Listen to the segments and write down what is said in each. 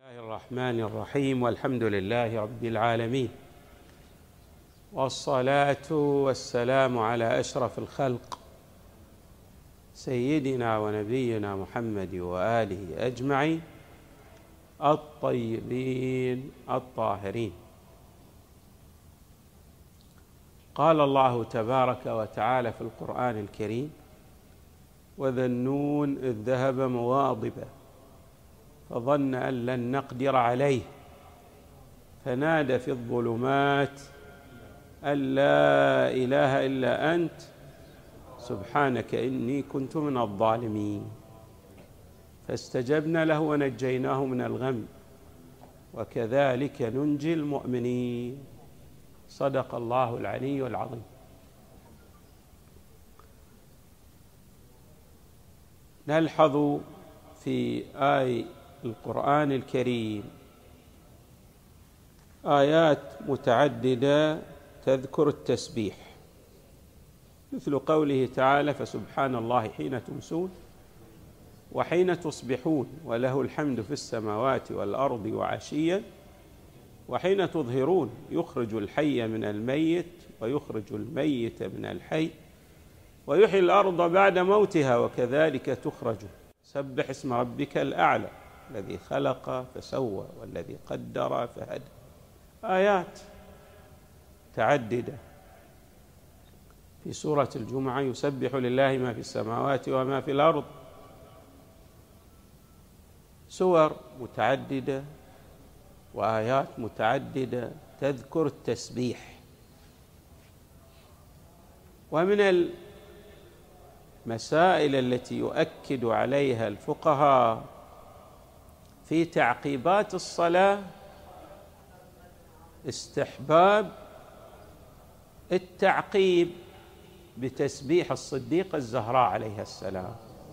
الله الرحمن الرحيم، والحمد لله رب العالمين، والصلاة والسلام على أشرف الخلق سيدنا ونبينا محمد وآله أجمعين الطيبين الطاهرين. قال الله تبارك وتعالى في القرآن الكريم: وذا النون إذ ذهب مغاضبا فظن أن لن نقدر عليه فنادى في الظلمات أن لا إله إلا أنت سبحانك إني كنت من الظالمين، فاستجبنا له ونجيناه من الغم وكذلك ننجي المؤمنين. صدق الله العلي العظيم. نلحظ في آي القرآن الكريم آيات متعددة تذكر التسبيح، مثل قوله تعالى: فسبحان الله حين تمسون وحين تصبحون وله الحمد في السماوات والأرض وعشيا وحين تظهرون يخرج الحي من الميت ويخرج الميت من الحي ويحيي الأرض بعد موتها وكذلك تخرجون. سبح اسم ربك الأعلى الذي خلق فسوى والذي قدر فهدى. آيات متعددة. في سورة الجمعة: يسبح لله ما في السماوات وما في الأرض. سور متعددة وآيات متعددة تذكر التسبيح. ومن المسائل التي يؤكد عليها الفقهاء في تعقيبات الصلاة استحباب التعقيب بتسبيح الصديقة الزهراء عليها السلام.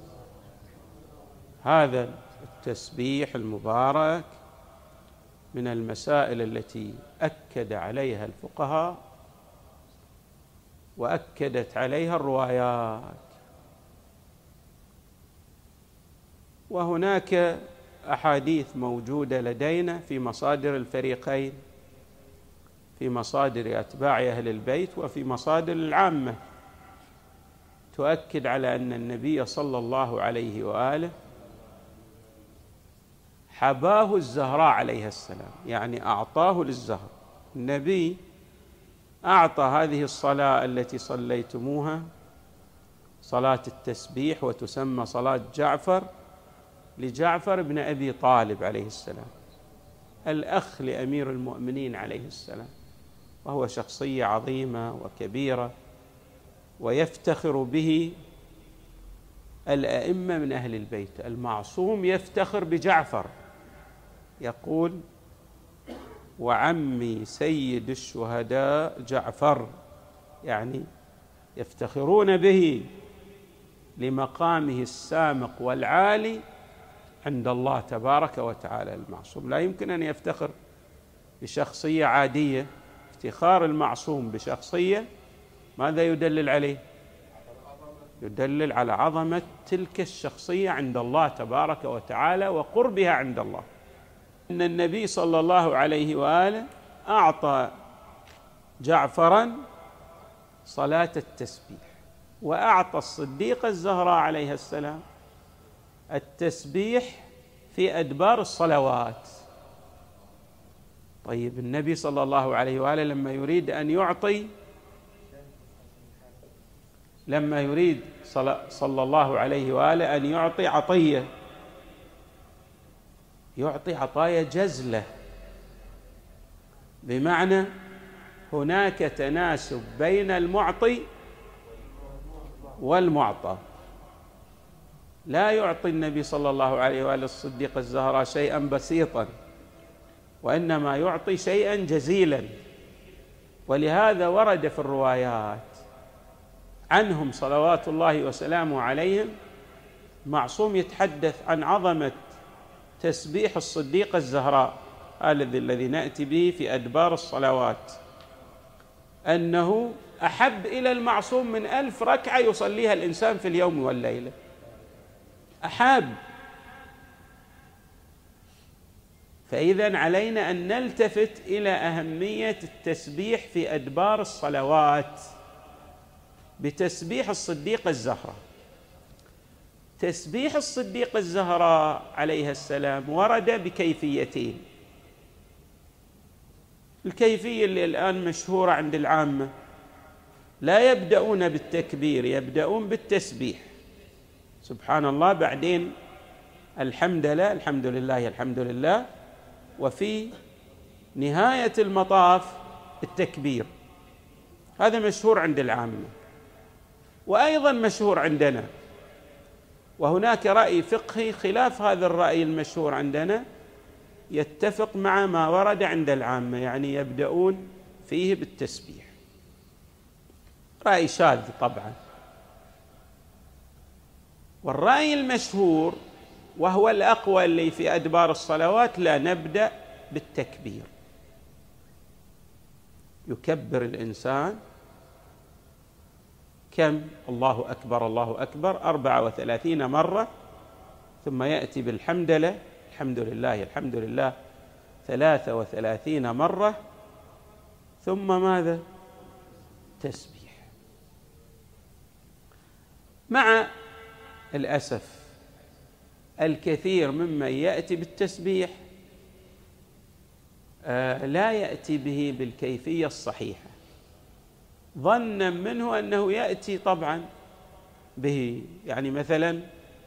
هذا التسبيح المبارك من المسائل التي أكد عليها الفقهاء وأكدت عليها الروايات. وهناك أحاديث موجودة لدينا في مصادر الفريقين، في مصادر أتباع أهل البيت وفي مصادر العامة، تؤكد على أن النبي صلى الله عليه وآله حباه الزهراء عليها السلام، يعني أعطاه للزهر. النبي أعطى هذه الصلاة التي صليتموها صلاة التسبيح وتسمى صلاة جعفر لجعفر بن أبي طالب عليه السلام، الأخ لأمير المؤمنين عليه السلام، وهو شخصية عظيمة وكبيرة ويفتخر به الأئمة من أهل البيت. المعصوم يفتخر بجعفر، يقول: وعمي سيد الشهداء جعفر، يعني يفتخرون به لمقامه السامق والعالي عند الله تبارك وتعالى. المعصوم لا يمكن أن يفتخر بشخصية عادية. افتخار المعصوم بشخصية ماذا يدلل عليه؟ يدلل على عظمة تلك الشخصية عند الله تبارك وتعالى وقربها عند الله. أن النبي صلى الله عليه وآله أعطى جعفرا صلاة التسبيح، وأعطى الصديقة الزهراء عليها السلام التسبيح في أدبار الصلوات. طيب، النبي صلى الله عليه وآله لما يريد صلى الله عليه وآله أن يعطي عطية، يعطي عطايا جزلة، بمعنى هناك تناسب بين المعطي والمعطى. لا يعطي النبي صلى الله عليه وآله الصديقة الزهراء شيئا بسيطا، وإنما يعطي شيئا جزيلا. ولهذا ورد في الروايات عنهم صلوات الله وسلامه عليهم معصوم يتحدث عن عظمة تسبيح الصديقة الزهراء الذي نأتي به في أدبار الصلوات، أنه أحب إلى المعصوم من 1000 ركعة يصليها الإنسان في اليوم والليلة. أحب فإذن علينا أن نلتفت إلى أهمية التسبيح في أدبار الصلوات بتسبيح الصديقة الزهراء. تسبيح الصديقة الزهراء عليها السلام ورد بكيفيتين. الكيفية اللي الآن مشهورة عند العامة، لا يبدأون بالتكبير، يبدأون بالتسبيح، سبحان الله، بعدين الحمد لله، الحمد لله، الحمد لله، وفي نهاية المطاف التكبير. هذا مشهور عند العامة، وأيضا مشهور عندنا. وهناك رأي فقهي خلاف هذا الرأي المشهور عندنا، يتفق مع ما ورد عند العامة، يعني يبدأون فيه بالتسبيح. رأي شاذ طبعا. والرأي المشهور وهو الأقوى اللي في أدبار الصلوات، لا، نبدأ بالتكبير. يكبر الإنسان كم؟ الله أكبر، الله أكبر 34 مرة، ثم يأتي بالحمد لله، الحمد لله، الحمد لله 33 مرة، ثم ماذا؟ تسبيح. مع الأسف الكثير ممن يأتي بالتسبيح لا يأتي به بالكيفية الصحيحة، ظنا منه أنه يأتي طبعا به. يعني مثلا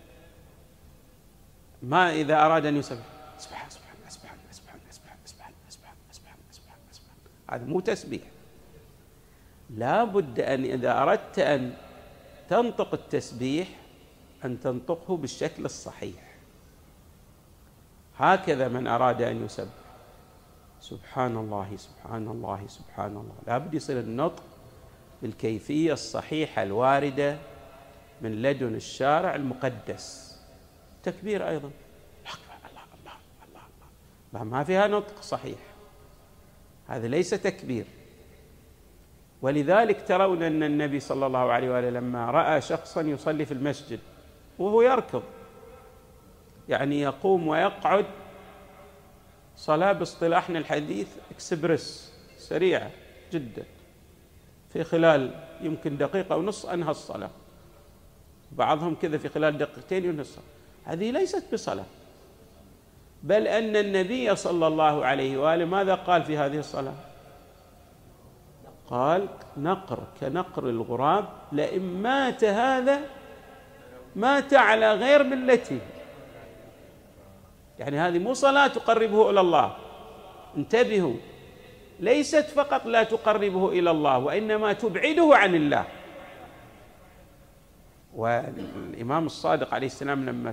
ما إذا أراد أن يسبح سبحان سبحان سبحان سبحان سبحان سبحان سبحان سبحان سبحان سبحان، هذا مو تسبيح. لا بد أن إذا أردت أن تنطق التسبيح أن تنطقه بالشكل الصحيح. هكذا من أراد أن يسبح سبحان الله سبحان الله سبحان الله، لا بد يصير النطق بالكيفية الصحيحة الواردة من لدن الشارع المقدس. تكبير أيضا الله الله الله الله، ما فيها نطق صحيح، هذا ليس تكبير. ولذلك ترون أن النبي صلى الله عليه وآله لما رأى شخصا يصلي في المسجد وهو يركض، يعني يقوم ويقعد، صلاة باصطلاحنا الحديث اكسبرس، سريعة جدا، في خلال يمكن دقيقة ونص أنهى الصلاة، بعضهم كذا في خلال دقيقتين ينهى الصلاة. هذه ليست بصلاة، بل أن النبي صلى الله عليه وآله ماذا قال في هذه الصلاة؟ قال نقر كنقر الغراب، لئن مات هذا مات على غير ملته. يعني هذه مو صلاة تقربه إلى الله، انتبهوا، ليست فقط لا تقربه إلى الله، وإنما تبعده عن الله. والإمام الصادق عليه السلام لما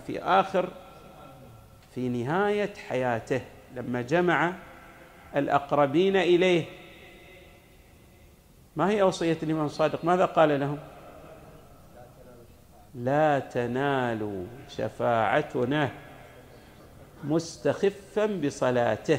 في نهاية حياته لما جمع الأقربين إليه، ما هي وصية الإمام الصادق؟ ماذا قال لهم؟ لا تنالوا شفاعتنا مستخفا بصلاته.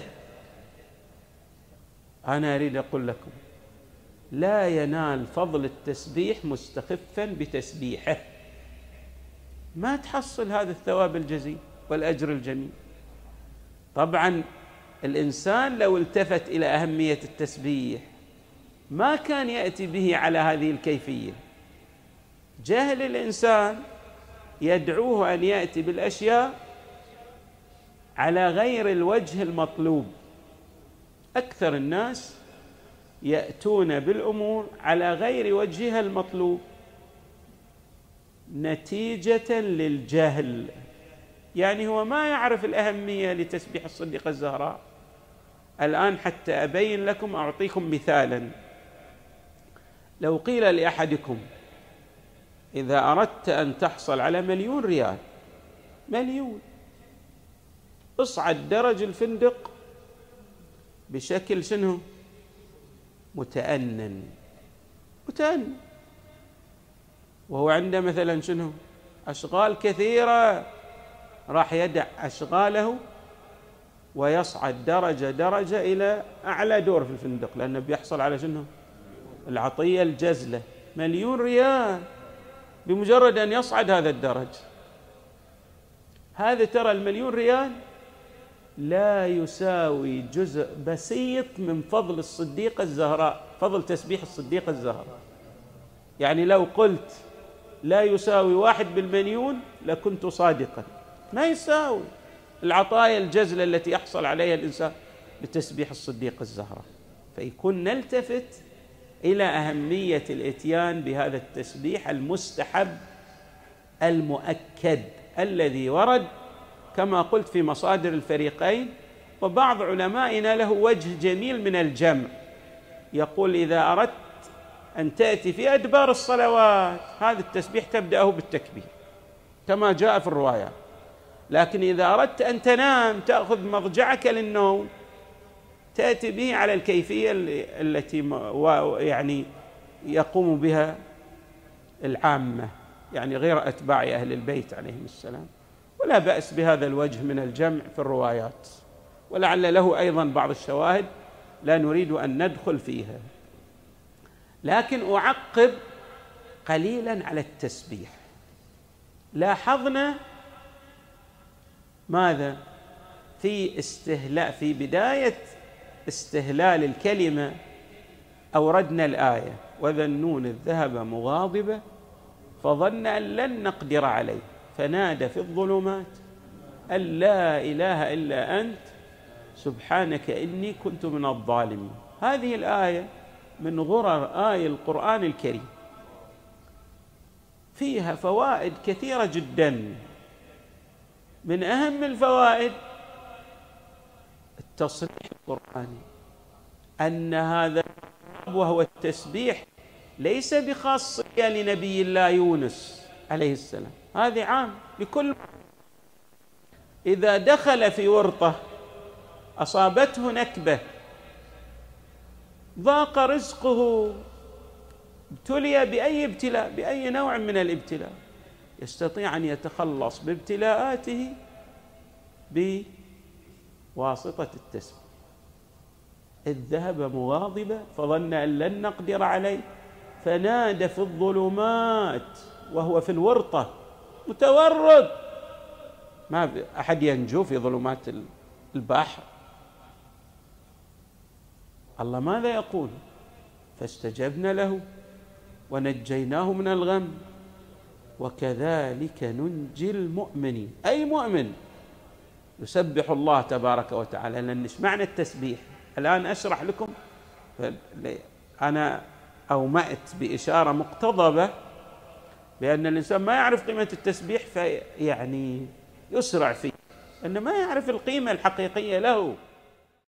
أنا أريد أقول لكم لا ينال فضل التسبيح مستخفا بتسبيحه، ما تحصل هذا الثواب الجزيل والأجر الجميل. طبعا الإنسان لو التفت إلى أهمية التسبيح ما كان يأتي به على هذه الكيفية. جهل الإنسان يدعوه أن يأتي بالأشياء على غير الوجه المطلوب. أكثر الناس يأتون بالأمور على غير وجهها المطلوب نتيجة للجهل. يعني هو ما يعرف الأهمية لتسبيح الصديقة الزهراء. الآن حتى أبين لكم، أعطيكم مثالا. لو قيل لأحدكم إذا أردت أن تحصل على 1,000,000 ريال، 1,000,000، اصعد درج الفندق بشكل شنو؟ متأنن، وهو عنده مثلا شنو؟ أشغال كثيرة، راح يدع أشغاله ويصعد درجة درجة إلى أعلى دور في الفندق، لأنه بيحصل على شنو؟ العطية الجزلة، 1,000,000 ريال بمجرد أن يصعد هذا الدرج. هذا ترى 1,000,000 ريال لا يساوي جزء بسيط من فضل الصديقة الزهراء، فضل تسبيح الصديقة الزهراء. يعني لو قلت لا يساوي 1/1,000,000 لكنت صادقا، ما يساوي العطايا الجزلة التي يحصل عليها الإنسان بتسبيح الصديقة الزهراء. فيكون نلتفت إلى أهمية الإتيان بهذا التسبيح المستحب المؤكد الذي ورد كما قلت في مصادر الفريقين. وبعض علمائنا له وجه جميل من الجمع، يقول إذا أردت أن تأتي في أدبار الصلوات هذا التسبيح تبدأه بالتكبير كما جاء في الروايات، لكن إذا أردت أن تنام تأخذ مضجعك للنوم تأتي به على الكيفية التي يعني يقوم بها العامة، يعني غير أتباع أهل البيت عليهم السلام. ولا بأس بهذا الوجه من الجمع في الروايات، ولعل له أيضا بعض الشواهد لا نريد أن ندخل فيها. لكن أعقب قليلا على التسبيح. لاحظنا ماذا في بداية استهلال الكلمة أوردنا الآية وذا النون إذ ذهب مغاضبا فظن أن لن نقدر عليه فنادى في الظلمات أن لا إله إلا أنت سبحانك إني كنت من الظالمين. هذه الآية من غرر آية القرآن الكريم، فيها فوائد كثيرة جدا. من أهم الفوائد التصريح القرآني أن هذا وهو التسبيح ليس بخاصية لنبي الله يونس عليه السلام، هذه عام لكل. إذا دخل في ورطة أصابته نكبة ضاق رزقه ابتلي بأي ابتلاء بأي نوع من الابتلاء يستطيع أن يتخلص بابتلاءاته بواسطة التسبيح. إذ ذهب مغاضبا فظن أن لن نقدر عليه فنادى في الظلمات وهو في الورطة متورط، ما أحد ينجو في ظلمات البحر. الله ماذا يقول؟ فاستجبنا له ونجيناه من الغم وكذلك ننجي المؤمنين. أي مؤمن يسبح الله تبارك وتعالى. لأن إيش معنى التسبيح؟ الآن أشرح لكم. أنا أومأت بإشارة مقتضبة بأن الإنسان ما يعرف قيمة التسبيح فيعني يسرع فيه، أنه ما يعرف القيمة الحقيقية له.